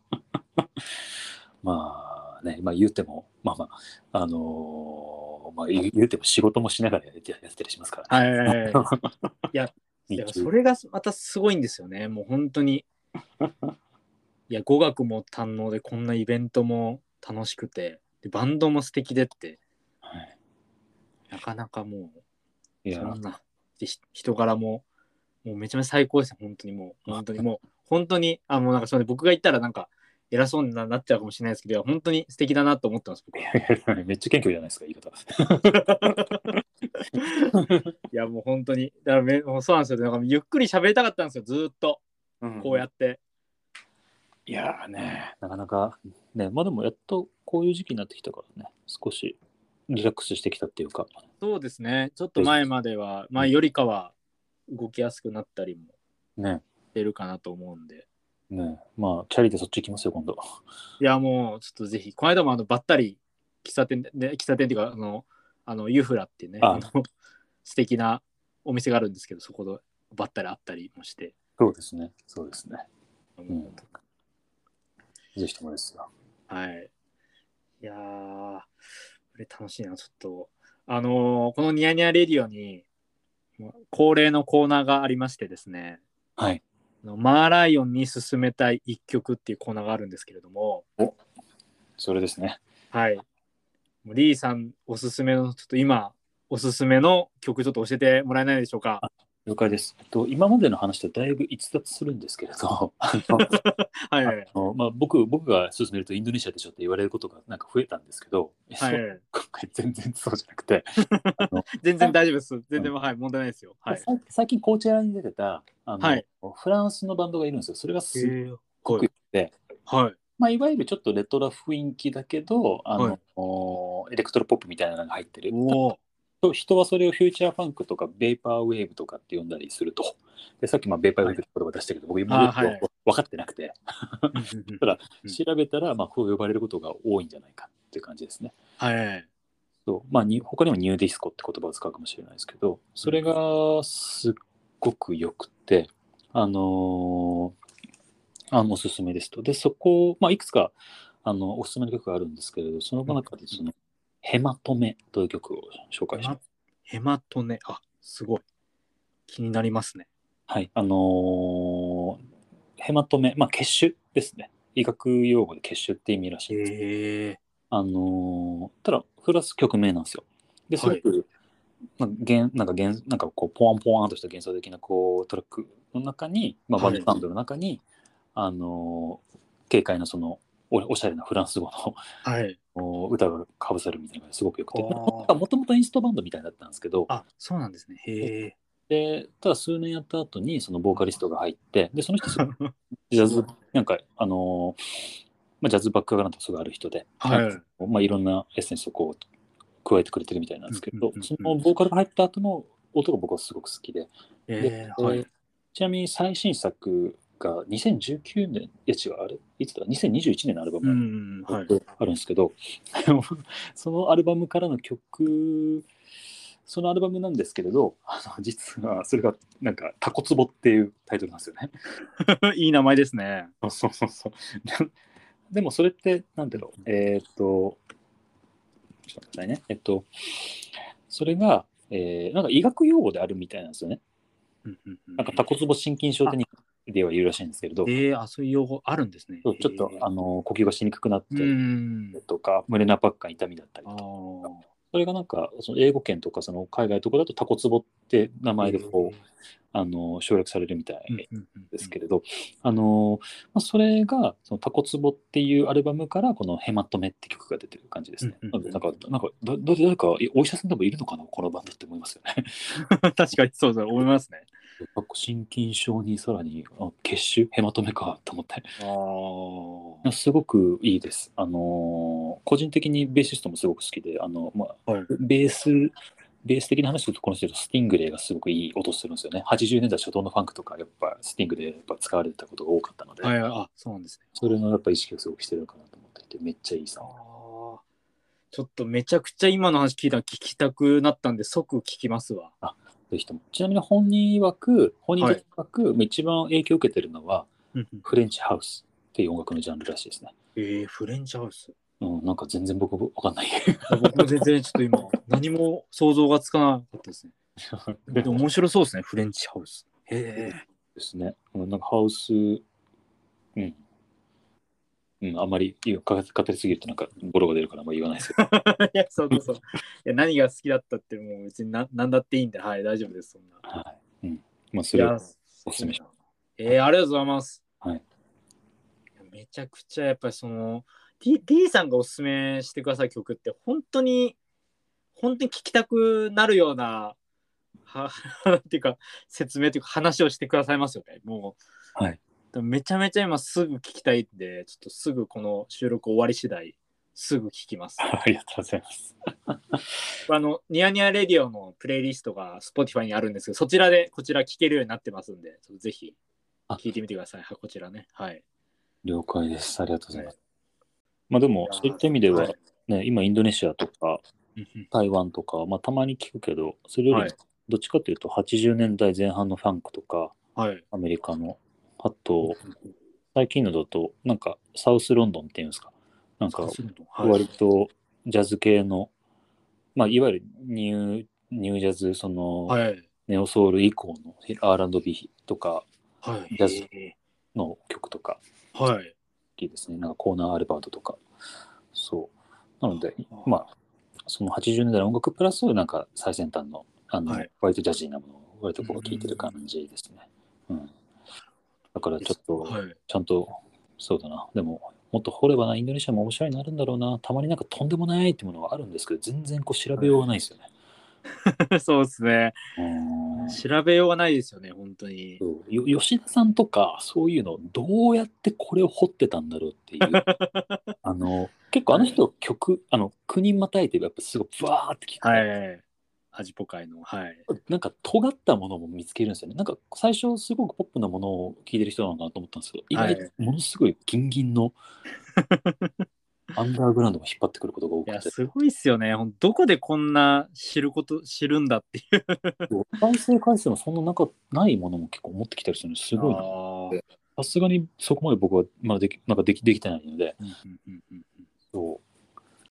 まあね、まあ言うてもまあまああのー、まあ言うても仕事もしながらやってたりしますからね。はい。 いやいやそれがまたすごいんですよね。もう本当に。いや語学も堪能でこんなイベントも楽しくてでバンドも素敵でって、はい、なかなかもうそんなで人柄ももうめちゃめちゃ最高ですよ本当にもう本当にもう本当にあもうなんかそれ僕が言ったらなんか偉そうになっちゃうかもしれないですけど本当に素敵だなと思ってます僕は。めっちゃ謙虚じゃないですか言い方。 いやもう本当にだからめもうそうなんですよなんかゆっくり喋りたかったんですよずっと、うん、こうやって。 いやーね、なかなかね、まあでもやっとこういう時期になってきたからね、少しリラックスしてきたっていうか。 そうですね、ちょっと前までは、前よりかは動きやすくなったりもしてるかなと思うんで。 ね、ねまあ、チャリでそっち行きますよ、今度。 いや、もうちょっとぜひ、この間もあのばったり喫茶店で、喫茶店っていうか、あの、あのユフラっていうね、あの素敵なお店があるんですけど、そこでばったり会ったりもして。 そうですね、そうですね。うん、ぜひともですよ。 はい。いやー、これ楽しいな、ちょっと。あのー、このニヤニヤレディオに、恒例のコーナーがありましてですね。 はい。 マーライオンに勧めたい一曲っていうコーナーがあるんですけれども。 お、それですね。 はい。リーさんおすすめの、ちょっと今、おすすめの曲ちょっと教えてもらえないでしょうか。 了解です。と今までの話とだいぶ逸脱するんですけれど、はいはい、あのまあ、僕僕が勧めるとインドネシアでしょって言われることがなんか増えたんですけど、はいはい、今回全然そうじゃなくて全然大丈夫です。全然、うん、はい、問題ないですよ。はい、 最近コーチェラに出てたあの、はい、フランスのバンドがいるんですよ。それがすっごく良くて、はいまあ、いわゆるちょっとレトロ雰囲気だけどあの、はい、エレクトロポップみたいなのが入ってる。人はそれをフューチャーファンクとかベイパーウェーブとかって呼んだりすると。でさっきまあベイパーウェーブって言葉出したけど、はい、僕今よく分かってなくて、はい、ただ調べたらまあこう呼ばれることが多いんじゃないかっていう感じですね。はい、そうまあ、に他にもニューディスコって言葉を使うかもしれないですけど、それがすっごくよくて、あのー、あのおすすめですと。でそこ、まあ、いくつかあのおすすめの曲があるんですけれど、その中でその、うんヘマトメという曲を紹介します。 ヘマトメ、あ、すごい。気になりますね。 はい、あのー、ヘマトメ、まあ、血腫ですね。医学用語で血腫って意味らしいんです。へあのー、ただ、プラス曲名なんですよ。で、すごく、はい、なんか、なんか、なんかこう、ポワンポワンとした幻想的なこうトラックの中に、まあ、バンドサウンドの中に、はい、あのー、軽快なその、 おおしゃれなフランス語の、 はい、 歌がかぶさるみたいなのがすごくよくて、もともとインストバンドみたいだったんですけど、 あ、そうなんですね。へえ。 でただ数年やった後にそのボーカリストが入って、でその人ジャズなんかあのーまあ、ジャズバックグラウンドすごいある人で、 はい。 まあ、いろんなエッセンスをこう加えてくれてるみたいなんですけど、そのボーカルが入った後の音が僕はすごく好きで、 えー、はい。 ちなみに最新作がにせんじゅうきゅうねん、いや違う、あれいつだ、にせんにじゅういちねんのアルバうムん、はい。 があるんですけど、そのアルバムからの曲、そのアルバムなんですけれど、あの実はそれがなんかタコツボっていうタイトルなんですよね。 いい名前ですね。 そうそうそう。でもそれって、なんだろう、えー、っと、ちょっと待ってくださいね。えっと、それが、えー、なんか医学用語であるみたいなんですよね。なんかタコツボ心筋症ってでは言うらしいんですけれど、 えー、あ、そういう用語あるんですね。 ちょっとあの呼吸がしにくくなってるとか、胸の圧迫感、痛みだったりとか、それがなんかその英語圏とかその海外とかだとタコツボって名前でこう、えー、あの省略されるみたいですけれど、あのまあ、それがそのタコツボっていうアルバムからこのヘマトメって曲が出てる感じですね。なんかなんかど誰かお医者さんでもいるのかなこのバンドって思いますよね。 確かにそうだ思いますね。 心筋症にさらに血腫ヘマトメかと思って、あすごくいいです。あの個人的にベーシストもすごく好きで、あの、まあ、はい、ベースベース的な話するとこの人スティングレイがすごくいい音するんですよね。はちじゅうねんだい初頭のファンクとかやっぱスティングレイやっぱ使われてたことが多かったので、 はい、あ、そうなんですね。 それのやっぱ意識をすごくしてるのかなと思っていて、めっちゃいいさ。 ちょっとめちゃくちゃ今の話聞いたら聞きたくなったんで即聞きますわ。 あ、ぜひとも。ちなみに本人曰く、本人曰く、はい、一番影響を受けてるのは、フレンチハウスっていう音楽のジャンルらしいですね。 えー、フレンチハウス。 うん、なんか全然僕わかんない。 僕も全然ちょっと今、何も想像がつかなかったですね。でも面白そうですね、フレンチハウス。へえ。 ですね。なんかハウス、うん。うん、あんまり語りすぎるとなんかボロが出るからあんまり言わないですけど。 いや、そうそうそう。いや何が好きだったってもう別にな何だっていいんで、はい、大丈夫です、そんな。 はい。うん。まあ、それをおすすめします。 えー、ありがとうございます。 はい。 めちゃくちゃやっぱりその D, D さんがおすすめしてください曲って本当に本当に聞きたくなるようなはっていうか説明というか話をしてくださいますよね。もう、はい、 めちゃめちゃ今すぐ聞きたいんで、ちょっとすぐこの収録終わり次第すぐ聞きます。 ありがとうございます。 あのニヤニヤレディオのプレイリストが Spotify にあるんですけど、そちらでこちら聞けるようになってますんで、ぜひ聞いてみてください。こちらね。はい。 了解です。ありがとうございます。はい、まあでもそういった意味では、ね、はい、今インドネシアとか台湾とか、まあ、たまに聞くけど、それよりどっちかというとはちじゅうねんだいぜん半のファンクとか、はい、アメリカの、あと最近のだとなんかサウスロンドンっていうんですか、なんか割とジャズ系の、まあ、いわゆるニュー、ニュージャズ、その、はい、ネオソウル以降の アールアンドビー とか、はい、ジャズの曲とか、はい、好きですね。なんかコーナーアルバートとか。そう。なので、まあ、そのはちじゅうねんだいの音楽プラス、なんか最先端の、あの、はい、割とジャジーなものを割とこう聴いてる感じですね。うん。だからちょっと、はい、ちゃんと、そうだな。でも、もっと掘ればな、インドネシアも面白いになるんだろうな。たまになんかとんでもないってものがあるんですけど、全然こう調べようがないですよね。 はい、そうですね。調べようがないですよね、本当に。 よ吉田さんとか、そういうの、どうやってこれを掘ってたんだろうっていう。あの、結構あの人、はい、曲、あの、国またいてやっぱすごいバーって聞くから。はい。 アジポ界の。はい。 なんか尖ったものも見つけるんですよね。なんか最初すごくポップなものを聴いてる人なのかなと思ったんですけど、意外とものすごいギンギンのアンダーグラウンドも引っ張ってくることが多くて。いや、 すごいっすよね。どこでこんな知ること、知るんだっていう。 再生回数もそんななかないものも結構持ってきたりするのすごいな。さすがにそこまで僕はまだできなんかできできてないので、そう。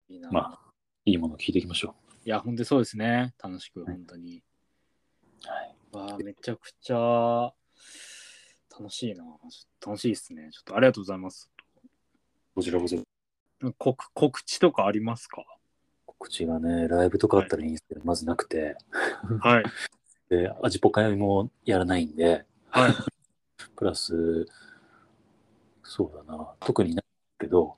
いいな。まあ、いいものを聞いていきましょう。 いや、本当にそうですね。楽しく、本当に。はい。わあ、めちゃくちゃ楽しいな。楽しいですね。ちょっとありがとうございます。 こちらこそ。 告告知とかありますか？ 告知がね、ライブとかあったらいいんですけど、はい、まずなくて。 はい。 で、アジポ会もやらないんで、はい。プラス、そうだな、特にないけど、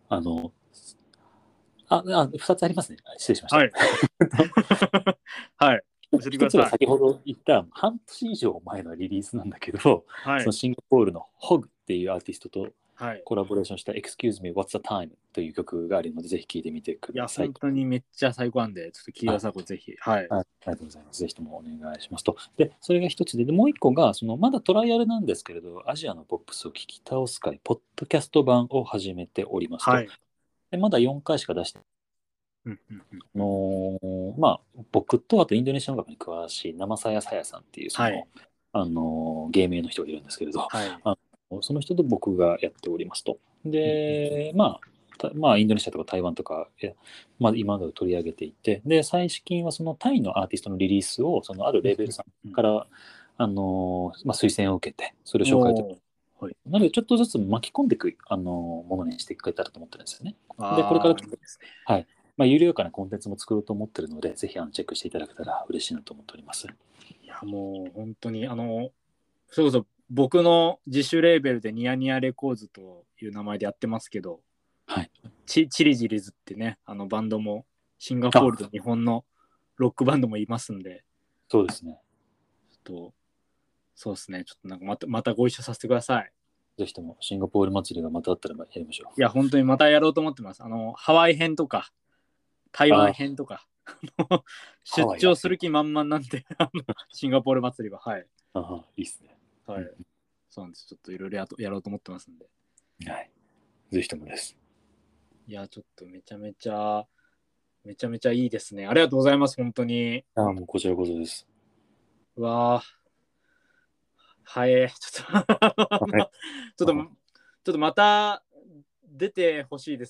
あの、あ、あ、ふたつありますね。失礼しました。 はい。はい。教えてください。 一つが先ほど言った半年以上前のリリースなんだけど、 はい、 そのシンガポールの ホグ っていうアーティストとはい。 コラボレーションした Excuse Me What's the Time という曲があるので、ぜひ聴いてみてくいや、 ださい。 本当にめっちゃ最高なんで、ちょっと聞いてください、これぜひ。はい。 あありがとうございます。ぜひともお願いしますと。で、それが一つで、でもう一個が、そのまだトライアルなんですけれど、アジアのポップスを聞き倒す会、ポッドキャスト版を始めておりますと。 はい。 でまだよんかいしか出して、 うんうんうん、 あのーまあ、僕とあとインドネシア音楽に詳しい生さやさやさんっていうその、はい、あのー芸名の人がいるんですけれど、はい、あのその人と僕がやっておりますと。で、まあ、まあ、インドネシアとか台湾とか、まあ、今まで取り上げていて、で、最近はそのタイのアーティストのリリースを、そのあるレーベルさんから、あのーまあ、推薦を受けて、それを紹介と。はい、なので、ちょっとずつ巻き込んでいく、あのーものにしていけたらと思ってるんですよね。で、これから、いいですね、はい。まあ、有料化なコンテンツも作ろうと思ってるので、ぜひあのチェックしていただけたら嬉しいなと思っております。 いや、もう本当に、あの、それこそ僕の自主レーベルでニヤニヤレコーズという名前でやってますけど、 はい、 チ, チリジリズってね、あのバンドもシンガポールと日本のロックバンドもいますんで、 そうですね。 ちょっと、そうですね、ちょっとなんかまたまたご一緒させてください。 ぜひともシンガポール祭りがまたあったらやりましょう。 いや、本当にまたやろうと思ってます。あの、ハワイ編とか、台湾編とか、出張する気満々なんで、シンガポール祭りは、はい。 ああ、いいっすね。 はい。そうなんです。ちょっといろいろやろうと思ってますんで。 はい。ぜひともです。 いや、ちょっとめちゃめちゃ、めちゃめちゃいいですね。ありがとうございます、本当に。 ああ、もうこちらこそです。 うわぁ。はい、ちょっとちょっと、ちょっとまた出てほしいです。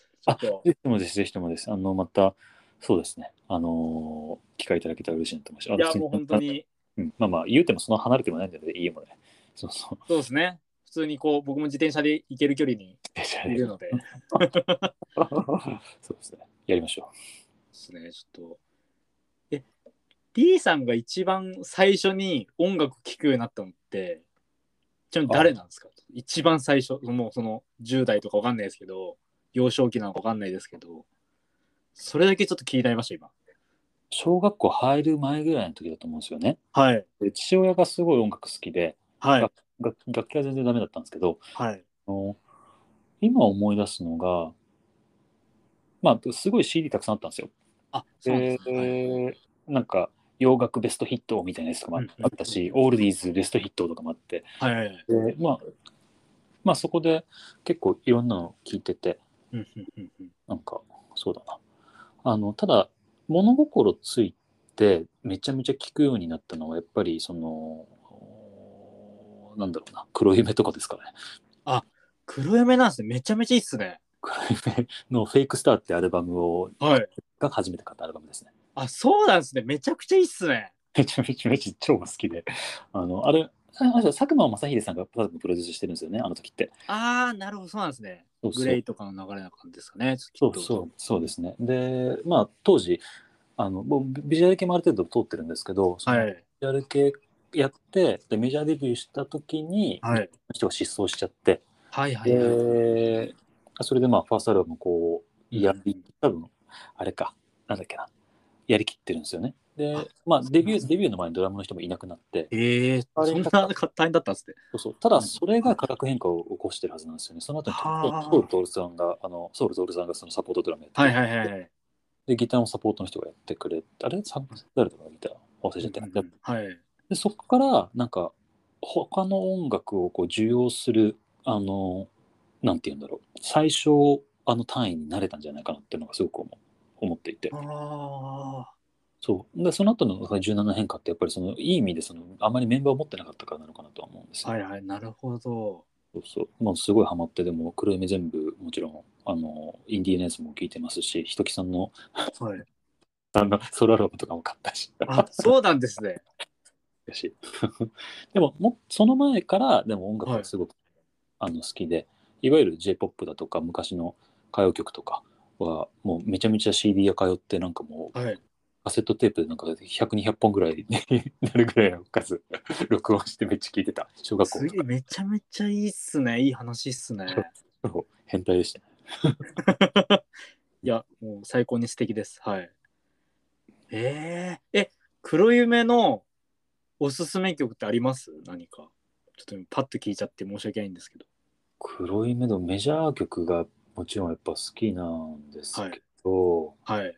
ちょっと。 ぜひともです、ぜひともです。あの、また、そうですね。あのー、機会いただけたら嬉しいなと思います。 いや、もう本当に。 うん、まあまあ、言うてもその離れてもないんだよね、家もね。そうそう。 そうですね。普通にこう、僕も自転車で行ける距離にいるので。 そうですね。やりましょう。 ですね、ちょっと。え、リーさんが一番最初に音楽聴くようになったのって、ちなみに誰なんですか？一番最初、もうそのじゅう代とかわかんないですけど、幼少期なのかわかんないですけど、それだけちょっと気になりました、今。 小学校入る前ぐらいの時だと思うんですよね。 はい。 で父親がすごい音楽好きで、 はい、 楽, 楽器は全然ダメだったんですけど、 はい、 あの今思い出すのが、まあ、すごい シーディー たくさんあったんですよ。 あ、そうなんですね。 はい、なんか洋楽ベストヒットみたいなやつとかもあったし、オールディーズベストヒットとかもあって、 はいはいはい、 でまあ、まあそこで結構いろんなの聞いてて、なんかそうだな。あのただ物心ついてめちゃめちゃ聞くようになったのはやっぱりそのなんだろうな、黒夢とかですかね。 あ、黒夢なんですね。めちゃめちゃいいっすね。 黒夢のフェイクスターってアルバムを、はい、が初めて買ったアルバムですね。 あ、そうなんですね。めちゃくちゃいいっすね。 めちゃめちゃめちゃ超好きで。あの、あれ、佐久間正秀さんがプロデュースしてるんですよね、あの時って。 ああ、なるほど、そうなんですね。そうそうグレイとかの流れな感じですかね。 そうそう、そうですね。で、まあ、当時、あのビジュアル系もある程度通ってるんですけど、そのビジュアル系やって、でメジャーデビューした時に、はい、人が失踪しちゃって、はいはいはい、でそれでまあファーストアルバムこうやり、うん、多分あれかなんだっけなやりきってるんですよね。でまあデビューデビューの前にドラムの人もいなくなって、 えー、あれそんな大変だったんですね。 そうそう、ただそれが化学変化を起こしてるはずなんですよね。その後にソウルトールさんがあのソウルトールさんがそのサポートドラムやってくれて、はいはいはい、でギターのサポートの人がやってくれて、あれ誰とかギター忘れちゃった、うんうん、はい、でそこからなんか他の音楽をこう受容するあのなんて言うんだろう、最初あの単位になれたんじゃないかなっていうのがすごく思思っていて、あそうでその後の柔軟な変化ってやっぱりそのいい意味でそのあまりメンバーを持ってなかったからなのかなとは思うんですよ。はいはい、なるほど。そうそう、もうすごいハマって、でも黒夢全部もちろんあのインディーナイスも聴いてますし、ひときさんの、はい、あのソロアルバムとかも買ったし。あ、そうなんですね。でももその前からでも音楽がすごく、はい、あの好きで、いわゆる J-ポップ だとか昔の歌謡曲とかはもうめちゃめちゃ シーディー 屋通って、なんかもう、はい、カセットテープでなんかひゃく、にひゃっぽんぐらいになるぐらいの数録音してめっちゃ聴いてた、小学校とか。すげえ、めちゃめちゃいいっすね。いい話っすね。変態でしたね。 いや、もう最高に素敵です。はい。えー、え、黒夢のおすすめ曲ってあります？何か。ちょっとパッと聞いちゃって申し訳ないんですけど。 黒夢のメジャー曲がもちろんやっぱ好きなんですけど、 はい。はい、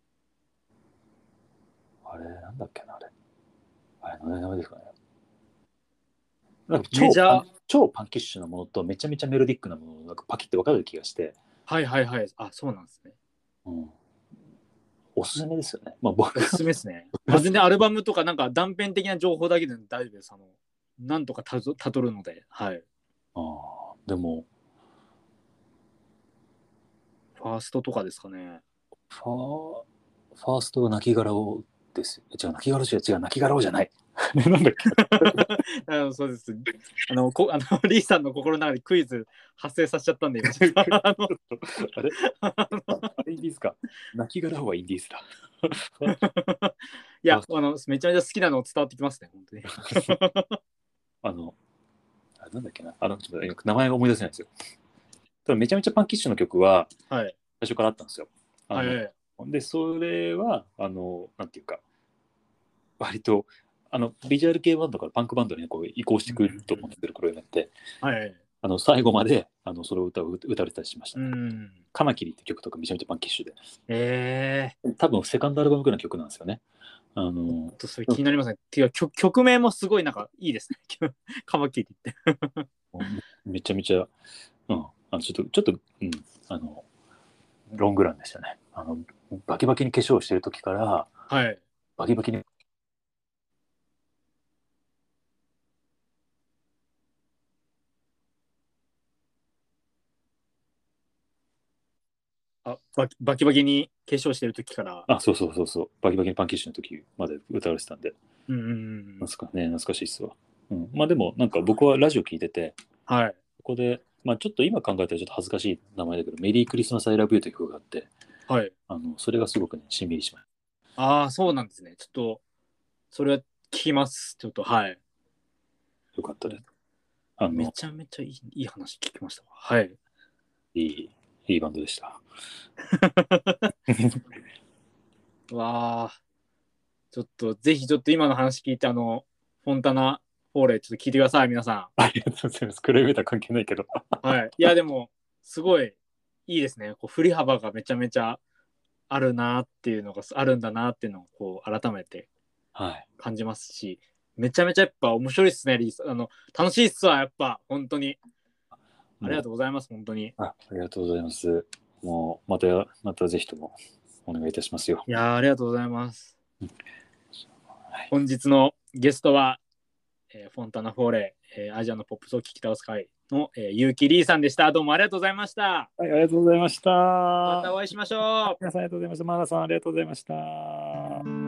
あれ、なんだっけな、あれ。あれ、何名前ですかね。なんかメジャー。 超パン超パンキッシュなものとめちゃめちゃメロディックなものをなんかパキって分かる気がして、 はいはいはい。あ、そうなんですね。 うん、おすすめですよね。まあ僕おすすめですね。まあ、全然アルバムとかなんか断片的な情報だけで大丈夫です。あの、なんとかたどたどるので。はい。 ああ、でも、 ファーストとかですかね。 ファー、ファーストは亡きをですよ。違う、亡き違う、違う、亡きをじゃない。なんだっけあのそうです。あの、こあのリーさんの心の中でクイズ発生させちゃったんで、今ちょっとあのあれあれインディーズか。亡きはインディーズだ。 いや、あの、めちゃめちゃ好きなの伝わってきますね、本当に。 あの、あれなんだっけな。あの、ちょっと名前が思い出せないんですよ。ただめちゃめちゃパンキッシュの曲は、最初からあったんですよ。はい、あので、それは、あの、なんていうか、割と、あの、ビジュアル系バンドからパンクバンドにこう移行してくると思ってる頃になって、はい、あの最後まであのそれを歌う歌われたりしました、ね。うん。カマキリって曲とかめちゃめちゃパンキッシュで。えー、多分セカンドアルバムくらいの曲なんですよね。あのとそれ気になりますね。っていうか 曲, 曲名もすごいなんかいいですね。カマキリってめちゃめちゃ、うん、あのちょっとちょっと、うん、あのロングランでしたね。あのバキバキに化粧してる時から、はい、バキバキにあ バ, バキバキに化粧してる時から。 あ、そうそうそうそう。バキバキにパンキッシュの時まで歌われてたんで。うんうんうん。懐かね、懐かしいっすわ。うん、まあでも、なんか僕はラジオ聞いてて、はい。ここで、まあちょっと今考えたらちょっと恥ずかしい名前だけど、メリークリスマスアイラブユーという曲があって、はい。あの、それがすごくね、しんみりします。 ああ、そうなんですね。ちょっと、それは聞きます。ちょっと、はい。 よかったです。あのめちゃめちゃいいいい話聞きました。はい。 いい、いいバンドでした。 わあ、ちょっと、ぜひちょっと今の話聞いて、あの、フォンタナフォーレ、ちょっと聞いてください、皆さん。ありがとうございます。クレームとは関係ないけど。 はい。いや、でも、すごいいいですね。こう振り幅がめちゃめちゃあるなっていうのが、あるんだなっていうのを、こう、改めて感じますし、はい、めちゃめちゃやっぱ面白いっすね、リース。あの、楽しいっすわ、やっぱ、本当に。ありがとうございます、本当に。 あ、ありがとうございます。もう、また、またぜひともお願いいたしますよ。 いやありがとうございます。はい、本日のゲストは、えー、フォンタナフォーレ、えー、アジアのポップスを聞き倒す会の、えー、結城リーさんでした。どうもありがとうございました。はい、ありがとうございました。 またお会いしましょう。 皆さんありがとうございました。マナさんありがとうございました。